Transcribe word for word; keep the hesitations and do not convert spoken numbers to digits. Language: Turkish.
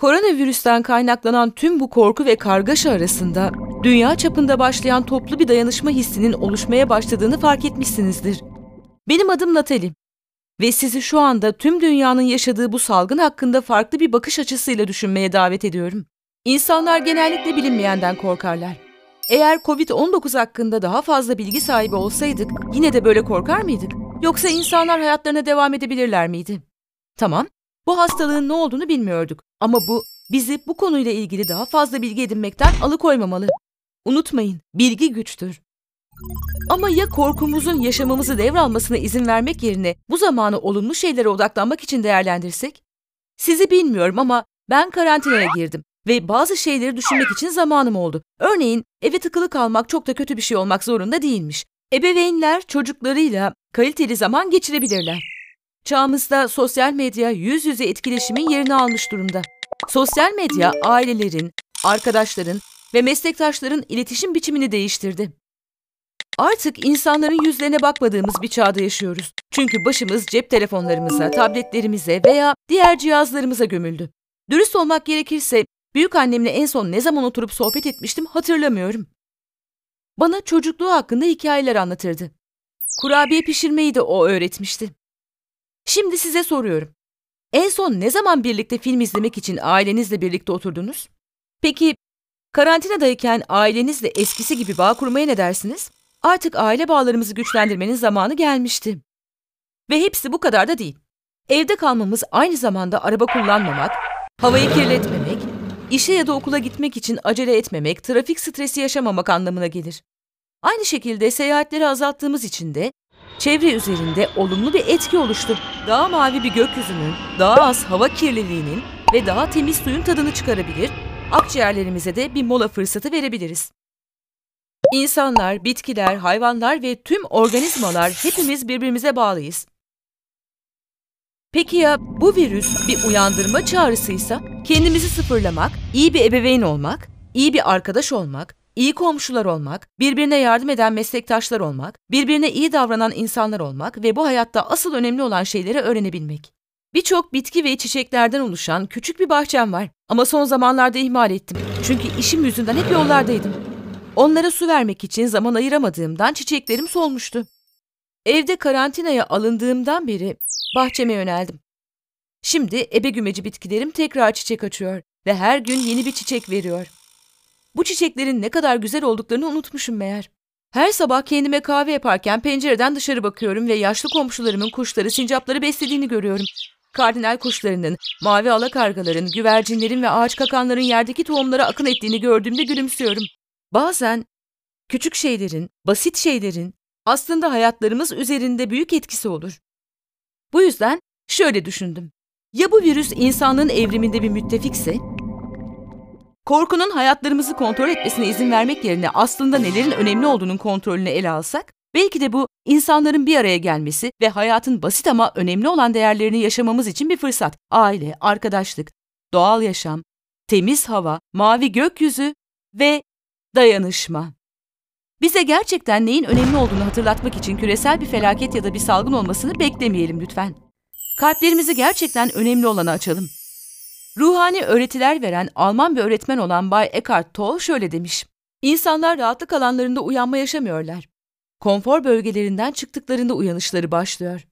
Koronavirüsten kaynaklanan tüm bu korku ve kargaşa arasında dünya çapında başlayan toplu bir dayanışma hissinin oluşmaya başladığını fark etmişsinizdir. Benim adım Natali ve sizi şu anda tüm dünyanın yaşadığı bu salgın hakkında farklı bir bakış açısıyla düşünmeye davet ediyorum. İnsanlar genellikle bilinmeyenden korkarlar. Eğer kovid on dokuz hakkında daha fazla bilgi sahibi olsaydık yine de böyle korkar mıydık? Yoksa insanlar hayatlarına devam edebilirler miydi? Tamam, bu hastalığın ne olduğunu bilmiyorduk ama bu bizi bu konuyla ilgili daha fazla bilgi edinmekten alıkoymamalı. Unutmayın, bilgi güçtür. Ama ya korkumuzun yaşamımızı devralmasına izin vermek yerine bu zamanı olumlu şeylere odaklanmak için değerlendirsek? Sizi bilmiyorum ama ben karantinaya girdim ve bazı şeyleri düşünmek için zamanım oldu. Örneğin eve tıkılı kalmak çok da kötü bir şey olmak zorunda değilmiş. Ebeveynler çocuklarıyla kaliteli zaman geçirebilirler. Çağımızda sosyal medya yüz yüze etkileşimin yerini almış durumda. Sosyal medya ailelerin, arkadaşların ve meslektaşların iletişim biçimini değiştirdi. Artık insanların yüzlerine bakmadığımız bir çağda yaşıyoruz. Çünkü başımız cep telefonlarımıza, tabletlerimize veya diğer cihazlarımıza gömüldü. Dürüst olmak gerekirse büyükannemle en son ne zaman oturup sohbet etmiştim hatırlamıyorum. Bana çocukluğu hakkında hikayeler anlatırdı. Kurabiye pişirmeyi de o öğretmişti. Şimdi size soruyorum. En son ne zaman birlikte film izlemek için ailenizle birlikte oturdunuz? Peki karantinadayken ailenizle eskisi gibi bağ kurmaya ne dersiniz? Artık aile bağlarımızı güçlendirmenin zamanı gelmişti. Ve hepsi bu kadar da değil. Evde kalmamız aynı zamanda araba kullanmamak, havayı kirletmemek, işe ya da okula gitmek için acele etmemek, trafik stresi yaşamamak anlamına gelir. Aynı şekilde seyahatleri azalttığımız için de çevre üzerinde olumlu bir etki oluştu. Daha mavi bir gökyüzünün, daha az hava kirliliğinin ve daha temiz suyun tadını çıkarabilir, akciğerlerimize de bir mola fırsatı verebiliriz. İnsanlar, bitkiler, hayvanlar ve tüm organizmalar hepimiz birbirimize bağlıyız. Peki ya bu virüs bir uyandırma çağrısıysa? Kendimizi sıfırlamak, iyi bir ebeveyn olmak, iyi bir arkadaş olmak, iyi komşular olmak, birbirine yardım eden meslektaşlar olmak, birbirine iyi davranan insanlar olmak ve bu hayatta asıl önemli olan şeyleri öğrenebilmek. Birçok bitki ve çiçeklerden oluşan küçük bir bahçem var ama son zamanlarda ihmal ettim. Çünkü işim yüzünden hep yollardaydım. Onlara su vermek için zaman ayıramadığımdan çiçeklerim solmuştu. Evde karantinaya alındığımdan beri bahçeme yöneldim. Şimdi ebegümeci bitkilerim tekrar çiçek açıyor ve her gün yeni bir çiçek veriyor. Bu çiçeklerin ne kadar güzel olduklarını unutmuşum meğer. Her sabah kendime kahve yaparken pencereden dışarı bakıyorum ve yaşlı komşularımın kuşları, sincapları beslediğini görüyorum. Kardinal kuşlarının, mavi alakargaların, güvercinlerin ve ağaç kakanların yerdeki tohumlara akın ettiğini gördüğümde gülümsüyorum. Bazen küçük şeylerin, basit şeylerin aslında hayatlarımız üzerinde büyük etkisi olur. Bu yüzden şöyle düşündüm. Ya bu virüs insanlığın evriminde bir müttefikse? Korkunun hayatlarımızı kontrol etmesine izin vermek yerine aslında nelerin önemli olduğunun kontrolünü ele alsak, belki de bu insanların bir araya gelmesi ve hayatın basit ama önemli olan değerlerini yaşamamız için bir fırsat. Aile, arkadaşlık, doğal yaşam, temiz hava, mavi gökyüzü ve dayanışma. Bize gerçekten neyin önemli olduğunu hatırlatmak için küresel bir felaket ya da bir salgın olmasını beklemeyelim lütfen. Kalplerimizi gerçekten önemli olana açalım. Ruhani öğretiler veren Alman bir öğretmen olan Bay Eckhart Tolle şöyle demiş. İnsanlar rahatlık alanlarında uyanma yaşamıyorlar. Konfor bölgelerinden çıktıklarında uyanışları başlıyor.